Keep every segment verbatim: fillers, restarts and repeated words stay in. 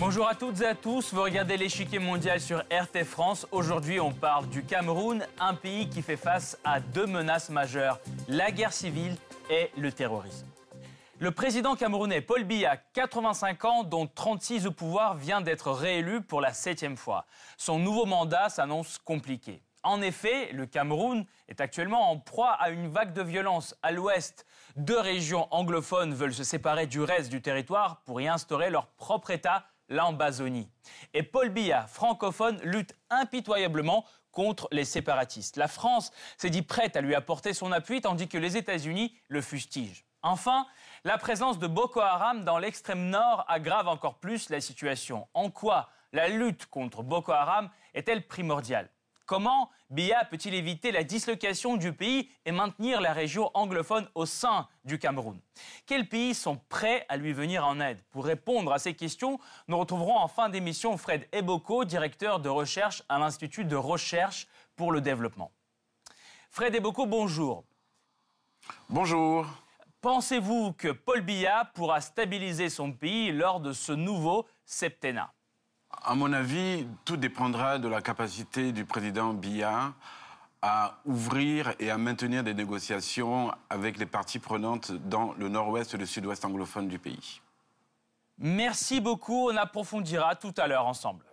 Bonjour à toutes et à tous, vous regardez l'échiquier mondial sur R T France. Aujourd'hui, on parle du Cameroun, un pays qui fait face à deux menaces majeures, la guerre civile et le terrorisme. Le président camerounais Paul Biya, quatre-vingt-cinq ans, dont trente-six au pouvoir, vient d'être réélu pour la septième fois. Son nouveau mandat s'annonce compliqué. En effet, le Cameroun est actuellement en proie à une vague de violence. À l'ouest, deux régions anglophones veulent se séparer du reste du territoire pour y instaurer leur propre État, l'Ambazonie. Et Paul Biya, francophone, lutte impitoyablement contre les séparatistes. La France s'est dit prête à lui apporter son appui, tandis que les États-Unis le fustigent. Enfin, la présence de Boko Haram dans l'extrême nord aggrave encore plus la situation. En quoi la lutte contre Boko Haram est-elle primordiale ? Comment Biya peut-il éviter la dislocation du pays et maintenir la région anglophone au sein du Cameroun ? Quels pays sont prêts à lui venir en aide ? Pour répondre à ces questions, nous retrouverons en fin d'émission Fred Eboko, directeur de recherche à l'Institut de recherche pour le développement. Fred Eboko, bonjour. Bonjour. Pensez-vous que Paul Biya pourra stabiliser son pays lors de ce nouveau septennat ? À mon avis, tout dépendra de la capacité du président Biya à ouvrir et à maintenir des négociations avec les parties prenantes dans le nord-ouest et le sud-ouest anglophone du pays. Merci beaucoup, on approfondira tout à l'heure ensemble.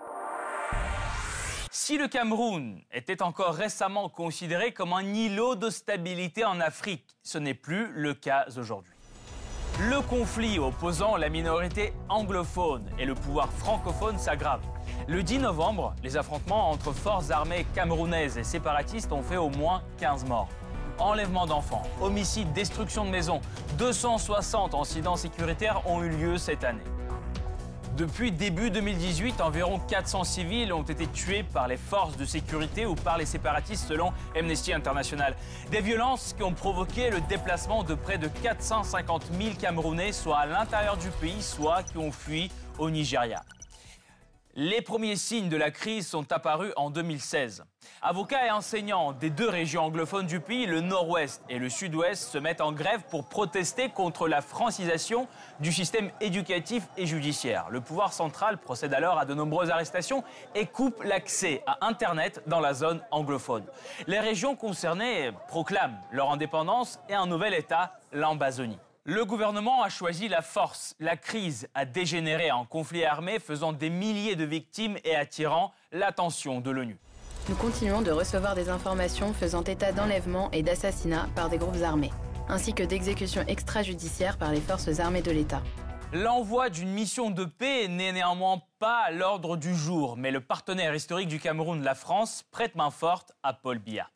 Si le Cameroun était encore récemment considéré comme un îlot de stabilité en Afrique, ce n'est plus le cas aujourd'hui. Le conflit opposant la minorité anglophone et le pouvoir francophone s'aggrave. Le dix novembre, les affrontements entre forces armées camerounaises et séparatistes ont fait au moins quinze morts. Enlèvement d'enfants, homicides, destruction de maisons, deux cent soixante incidents sécuritaires ont eu lieu cette année. Depuis début deux mille dix-huit, environ quatre cents civils ont été tués par les forces de sécurité ou par les séparatistes selon Amnesty International. Des violences qui ont provoqué le déplacement de près de quatre cent cinquante mille Camerounais, soit à l'intérieur du pays, soit qui ont fui au Nigeria. Les premiers signes de la crise sont apparus en deux mille seize. Avocats et enseignants des deux régions anglophones du pays, le nord-ouest et le sud-ouest, se mettent en grève pour protester contre la francisation du système éducatif et judiciaire. Le pouvoir central procède alors à de nombreuses arrestations et coupe l'accès à Internet dans la zone anglophone. Les régions concernées proclament leur indépendance et un nouvel État, l'Ambazonie. Le gouvernement a choisi la force. La crise a dégénéré en conflit armé, faisant des milliers de victimes et attirant l'attention de l'ONU. Nous continuons de recevoir des informations faisant état d'enlèvements et d'assassinats par des groupes armés, ainsi que d'exécutions extrajudiciaires par les forces armées de l'État. L'envoi d'une mission de paix n'est néanmoins pas à l'ordre du jour, mais le partenaire historique du Cameroun, la France, prête main forte à Paul Biya.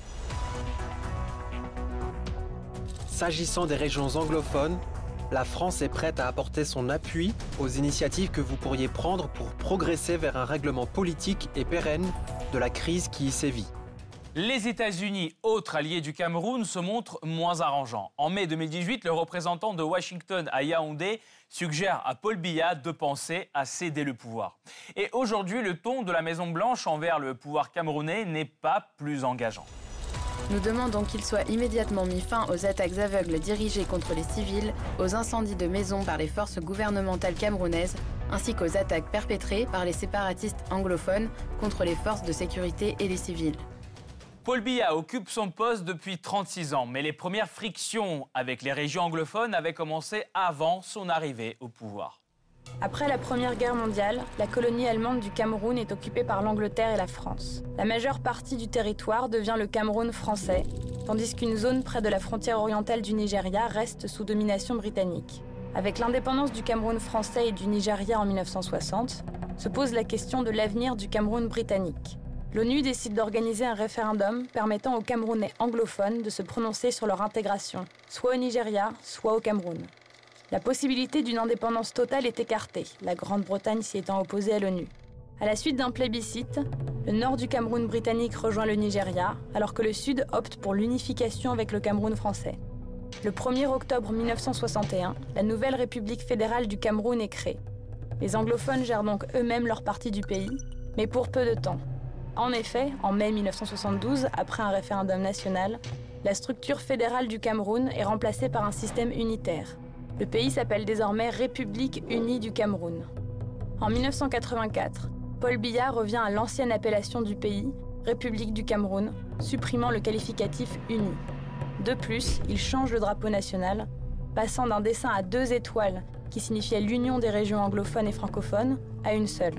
S'agissant des régions anglophones, la France est prête à apporter son appui aux initiatives que vous pourriez prendre pour progresser vers un règlement politique et pérenne de la crise qui y sévit. Les États-Unis, autres alliés du Cameroun, se montrent moins arrangeants. En mai deux mille dix-huit, le représentant de Washington à Yaoundé suggère à Paul Biya de penser à céder le pouvoir. Et aujourd'hui, le ton de la Maison-Blanche envers le pouvoir camerounais n'est pas plus engageant. Nous demandons qu'il soit immédiatement mis fin aux attaques aveugles dirigées contre les civils, aux incendies de maisons par les forces gouvernementales camerounaises, ainsi qu'aux attaques perpétrées par les séparatistes anglophones contre les forces de sécurité et les civils. Paul Biya occupe son poste depuis trente-six ans, mais les premières frictions avec les régions anglophones avaient commencé avant son arrivée au pouvoir. Après la Première Guerre mondiale, la colonie allemande du Cameroun est occupée par l'Angleterre et la France. La majeure partie du territoire devient le Cameroun français, tandis qu'une zone près de la frontière orientale du Nigeria reste sous domination britannique. Avec l'indépendance du Cameroun français et du Nigeria en mille neuf cent soixante, se pose la question de l'avenir du Cameroun britannique. L'ONU décide d'organiser un référendum permettant aux Camerounais anglophones de se prononcer sur leur intégration, soit au Nigeria, soit au Cameroun. La possibilité d'une indépendance totale est écartée, la Grande-Bretagne s'y étant opposée à l'ONU. À la suite d'un plébiscite, le nord du Cameroun britannique rejoint le Nigeria, alors que le sud opte pour l'unification avec le Cameroun français. Le premier octobre mille neuf cent soixante et un, la nouvelle République fédérale du Cameroun est créée. Les anglophones gèrent donc eux-mêmes leur partie du pays, mais pour peu de temps. En effet, en mai mille neuf cent soixante-douze, après un référendum national, la structure fédérale du Cameroun est remplacée par un système unitaire. Le pays s'appelle désormais République unie du Cameroun. En mille neuf cent quatre-vingt-quatre, Paul Biya revient à l'ancienne appellation du pays, République du Cameroun, supprimant le qualificatif uni. De plus, il change le drapeau national, passant d'un dessin à deux étoiles, qui signifiait l'union des régions anglophones et francophones, à une seule.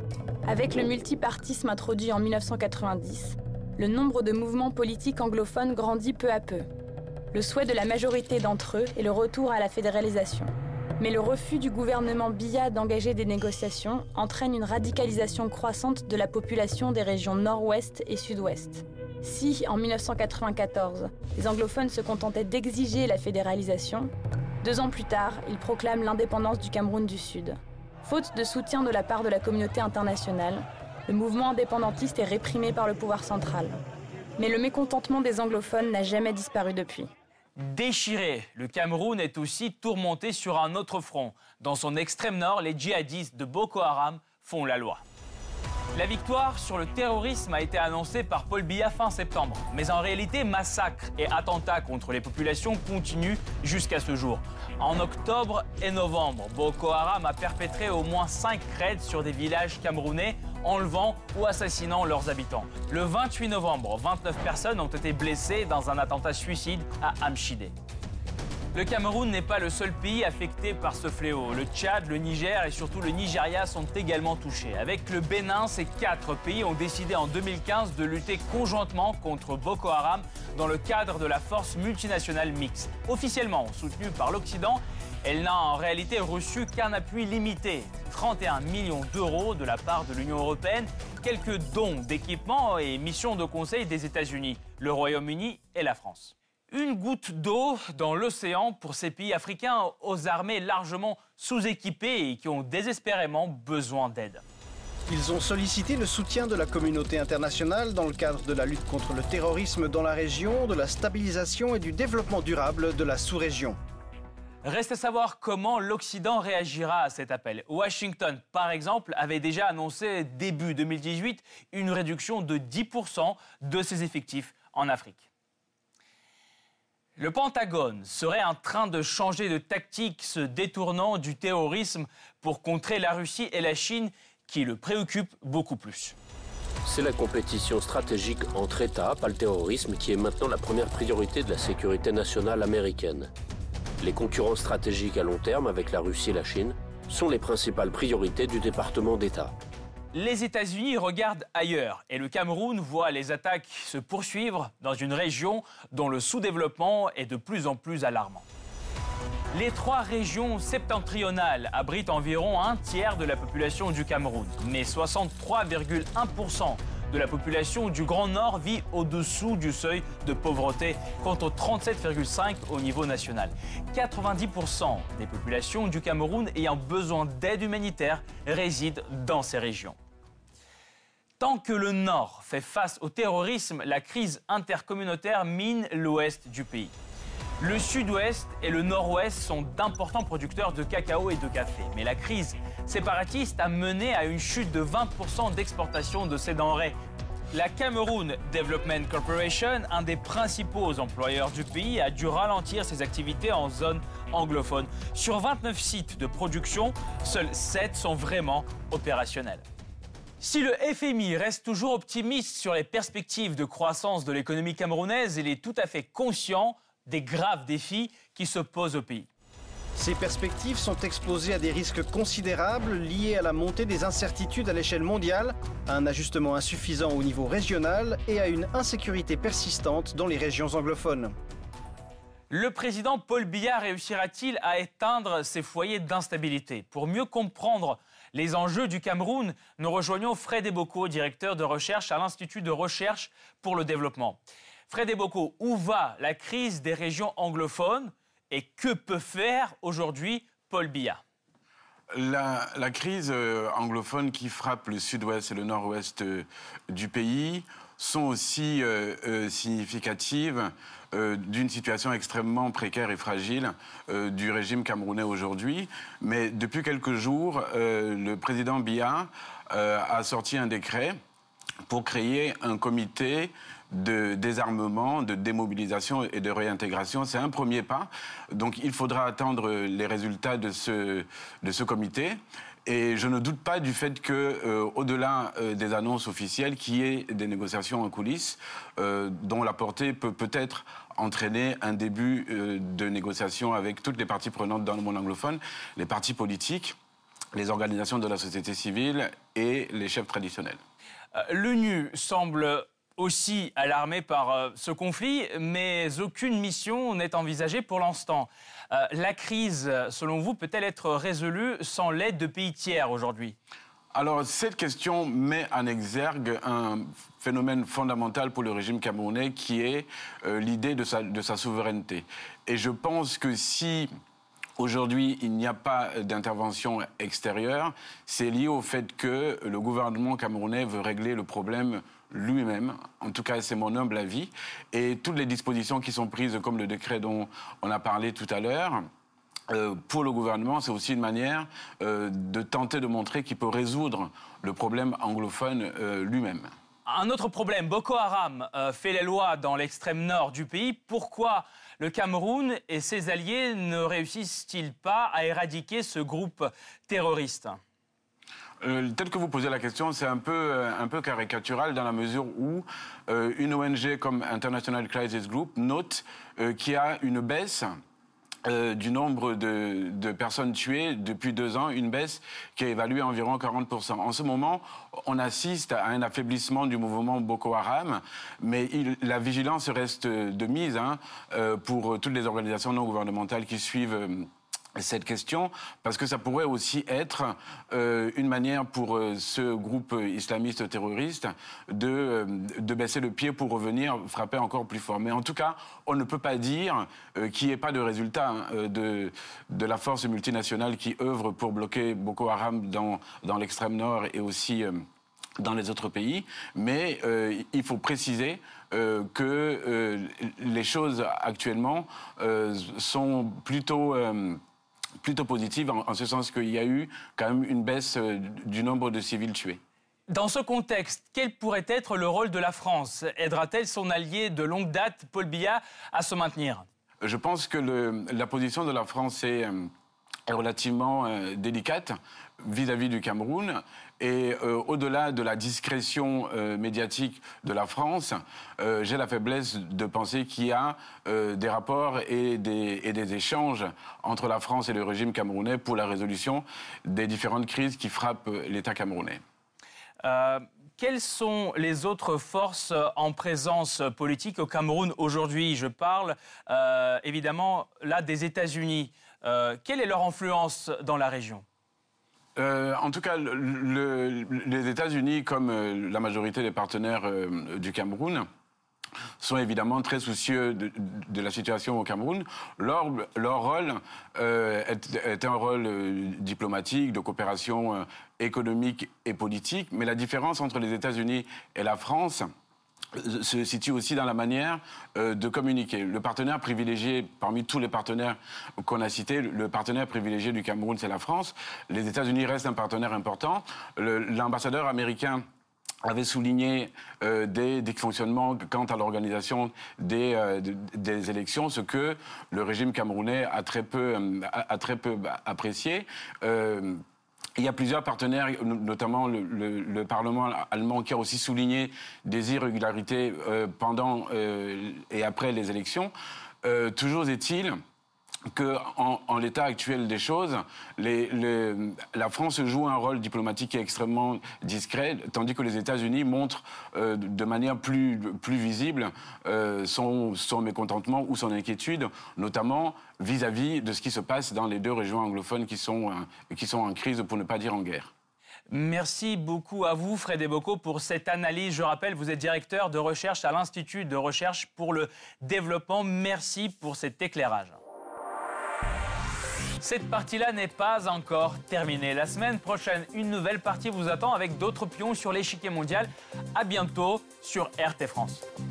Avec le multipartisme introduit en mille neuf cent quatre-vingt-dix, le nombre de mouvements politiques anglophones grandit peu à peu. Le souhait de la majorité d'entre eux est le retour à la fédéralisation. Mais le refus du gouvernement Biya d'engager des négociations entraîne une radicalisation croissante de la population des régions nord-ouest et sud-ouest. Si, en mille neuf cent quatre-vingt-quatorze, les anglophones se contentaient d'exiger la fédéralisation, deux ans plus tard, ils proclament l'indépendance du Cameroun du Sud. Faute de soutien de la part de la communauté internationale, le mouvement indépendantiste est réprimé par le pouvoir central. Mais le mécontentement des anglophones n'a jamais disparu depuis. Déchiré, le Cameroun est aussi tourmenté sur un autre front. Dans son extrême nord, les djihadistes de Boko Haram font la loi. La victoire sur le terrorisme a été annoncée par Paul Biya fin septembre. Mais en réalité, massacres et attentats contre les populations continuent jusqu'à ce jour. En octobre et novembre, Boko Haram a perpétré au moins cinq raids sur des villages camerounais, enlevant ou assassinant leurs habitants. Le vingt-huit novembre, vingt-neuf personnes ont été blessées dans un attentat suicide à Amchidé. Le Cameroun n'est pas le seul pays affecté par ce fléau. Le Tchad, le Niger et surtout le Nigeria sont également touchés. Avec le Bénin, ces quatre pays ont décidé en deux mille quinze de lutter conjointement contre Boko Haram dans le cadre de la force multinationale mixte. Officiellement soutenue par l'Occident, elle n'a en réalité reçu qu'un appui limité, trente et un millions d'euros de la part de l'Union européenne, quelques dons d'équipements et missions de conseil des États-Unis, le Royaume-Uni et la France. Une goutte d'eau dans l'océan pour ces pays africains aux armées largement sous-équipées et qui ont désespérément besoin d'aide. Ils ont sollicité le soutien de la communauté internationale dans le cadre de la lutte contre le terrorisme dans la région, de la stabilisation et du développement durable de la sous-région. Reste à savoir comment l'Occident réagira à cet appel. Washington, par exemple, avait déjà annoncé début deux mille dix-huit une réduction de dix pour cent de ses effectifs en Afrique. Le Pentagone serait en train de changer de tactique, se détournant du terrorisme pour contrer la Russie et la Chine, qui le préoccupent beaucoup plus. C'est la compétition stratégique entre États, pas le terrorisme, qui est maintenant la première priorité de la sécurité nationale américaine. Les concurrents stratégiques à long terme avec la Russie et la Chine sont les principales priorités du département d'État. Les États-Unis regardent ailleurs et le Cameroun voit les attaques se poursuivre dans une région dont le sous-développement est de plus en plus alarmant. Les trois régions septentrionales abritent environ un tiers de la population du Cameroun, mais soixante-trois virgule un pour cent de la population du Grand Nord vit au-dessous du seuil de pauvreté, contre trente-sept virgule cinq pour cent au niveau national. quatre-vingt-dix pour cent des populations du Cameroun ayant besoin d'aide humanitaire résident dans ces régions. Tant que le Nord fait face au terrorisme, la crise intercommunautaire mine l'ouest du pays. Le sud-ouest et le nord-ouest sont d'importants producteurs de cacao et de café. Mais la crise séparatiste a mené à une chute de vingt pour cent d'exportation de ces denrées. La Cameroon Development Corporation, un des principaux employeurs du pays, a dû ralentir ses activités en zone anglophone. Sur vingt-neuf sites de production, seuls sept sont vraiment opérationnels. Si le F M I reste toujours optimiste sur les perspectives de croissance de l'économie camerounaise, il est tout à fait conscient des graves défis qui se posent au pays. Ces perspectives sont exposées à des risques considérables liés à la montée des incertitudes à l'échelle mondiale, à un ajustement insuffisant au niveau régional et à une insécurité persistante dans les régions anglophones. Le président Paul Biya réussira-t-il à éteindre ces foyers d'instabilité? Pour mieux comprendre les enjeux du Cameroun, nous rejoignons Fred Eboko, directeur de recherche à l'Institut de recherche pour le développement. Fred Eboko, où va la crise des régions anglophones et que peut faire aujourd'hui Paul Biya? La, la crise anglophone qui frappe le sud-ouest et le nord-ouest du pays sont aussi euh, euh, significatives euh, d'une situation extrêmement précaire et fragile euh, du régime camerounais aujourd'hui. Mais depuis quelques jours, euh, le président Biya euh, a sorti un décret pour créer un comité de désarmement, de démobilisation et de réintégration. C'est un premier pas. Donc il faudra attendre les résultats de ce, de ce comité. Et je ne doute pas du fait que, euh, au-delà euh, des annonces officielles, qu'il y ait des négociations en coulisses euh, dont la portée peut peut-être entraîner un début euh, de négociation avec toutes les parties prenantes dans le monde anglophone, les partis politiques, les organisations de la société civile et les chefs traditionnels. Euh, L'ONU semble aussi alarmée par euh, ce conflit, mais aucune mission n'est envisagée pour l'instant. Euh, la crise, selon vous, peut-elle être résolue sans l'aide de pays tiers aujourd'hui ? Alors, cette question met en exergue un phénomène fondamental pour le régime camerounais qui est euh, l'idée de sa, de sa souveraineté. Et je pense que si aujourd'hui il n'y a pas d'intervention extérieure, c'est lié au fait que le gouvernement camerounais veut régler le problème lui-même. En tout cas, c'est mon humble avis. Et toutes les dispositions qui sont prises, comme le décret dont on a parlé tout à l'heure, Euh, pour le gouvernement, c'est aussi une manière euh, de tenter de montrer qu'il peut résoudre le problème anglophone euh, lui-même. Un autre problème, Boko Haram euh, fait les lois dans l'extrême nord du pays. Pourquoi le Cameroun et ses alliés ne réussissent-ils pas à éradiquer ce groupe terroriste ? Euh, tel que vous posez la question, c'est un peu, euh, un peu caricatural dans la mesure où euh, une O N G comme International Crisis Group note euh, qu'il y a une baisse Euh, du nombre de, de personnes tuées depuis deux ans, une baisse qui est évaluée à environ quarante pour cent. En ce moment, on assiste à un affaiblissement du mouvement Boko Haram, mais il, la vigilance reste de mise hein, euh, pour toutes les organisations non gouvernementales qui suivent euh, cette question, parce que ça pourrait aussi être euh, une manière pour euh, ce groupe islamiste terroriste de, euh, de baisser le pied pour revenir frapper encore plus fort. Mais en tout cas, on ne peut pas dire euh, qu'il n'y ait pas de résultat hein, de, de la force multinationale qui œuvre pour bloquer Boko Haram dans, dans l'extrême nord et aussi euh, dans les autres pays. Mais euh, il faut préciser euh, que euh, les choses actuellement euh, sont plutôt... Euh, plutôt positive, en, en ce sens qu'il y a eu quand même une baisse euh, du nombre de civils tués. Dans ce contexte, quel pourrait être le rôle de la France ? Aidera-t-elle son allié de longue date, Paul Biya, à se maintenir ? Je pense que le, la position de la France est, euh, est relativement euh, délicate vis-à-vis du Cameroun. Et euh, au-delà de la discrétion euh, médiatique de la France, euh, j'ai la faiblesse de penser qu'il y a euh, des rapports et des, et des échanges entre la France et le régime camerounais pour la résolution des différentes crises qui frappent l'État camerounais. Euh, quelles sont les autres forces en présence politique au Cameroun aujourd'hui ? Je parle euh, évidemment là des États-Unis. Euh, quelle est leur influence dans la région ? Euh, en tout cas, le, le, les États-Unis, comme euh, la majorité des partenaires euh, du Cameroun, sont évidemment très soucieux de, de la situation au Cameroun. Leur, leur rôle euh, est, est un rôle euh, diplomatique, de coopération euh, économique et politique, mais la différence entre les États-Unis et la France se situe aussi dans la manière euh, de communiquer. Le partenaire privilégié, parmi tous les partenaires qu'on a cités, le partenaire privilégié du Cameroun, c'est la France. Les États-Unis restent un partenaire important. Le, l'ambassadeur américain avait souligné euh, des dysfonctionnements quant à l'organisation des, euh, des élections, ce que le régime camerounais a très peu, a, a très peu apprécié. Euh, Il y a plusieurs partenaires, notamment le, le, le Parlement allemand, qui a aussi souligné des irrégularités euh, pendant euh, et après les élections. Euh, toujours est-il qu'en en l'état actuel des choses, les, les, la France joue un rôle diplomatique extrêmement discret, tandis que les États-Unis montrent euh, de manière plus, plus visible euh, son, son mécontentement ou son inquiétude, notamment vis-à-vis de ce qui se passe dans les deux régions anglophones qui sont, euh, qui sont en crise, pour ne pas dire en guerre. Merci beaucoup à vous, Fred Eboko, pour cette analyse. Je rappelle, vous êtes directeur de recherche à l'Institut de recherche pour le développement. Merci pour cet éclairage. Cette partie-là n'est pas encore terminée. La semaine prochaine, une nouvelle partie vous attend avec d'autres pions sur l'échiquier mondial. À bientôt sur R T France.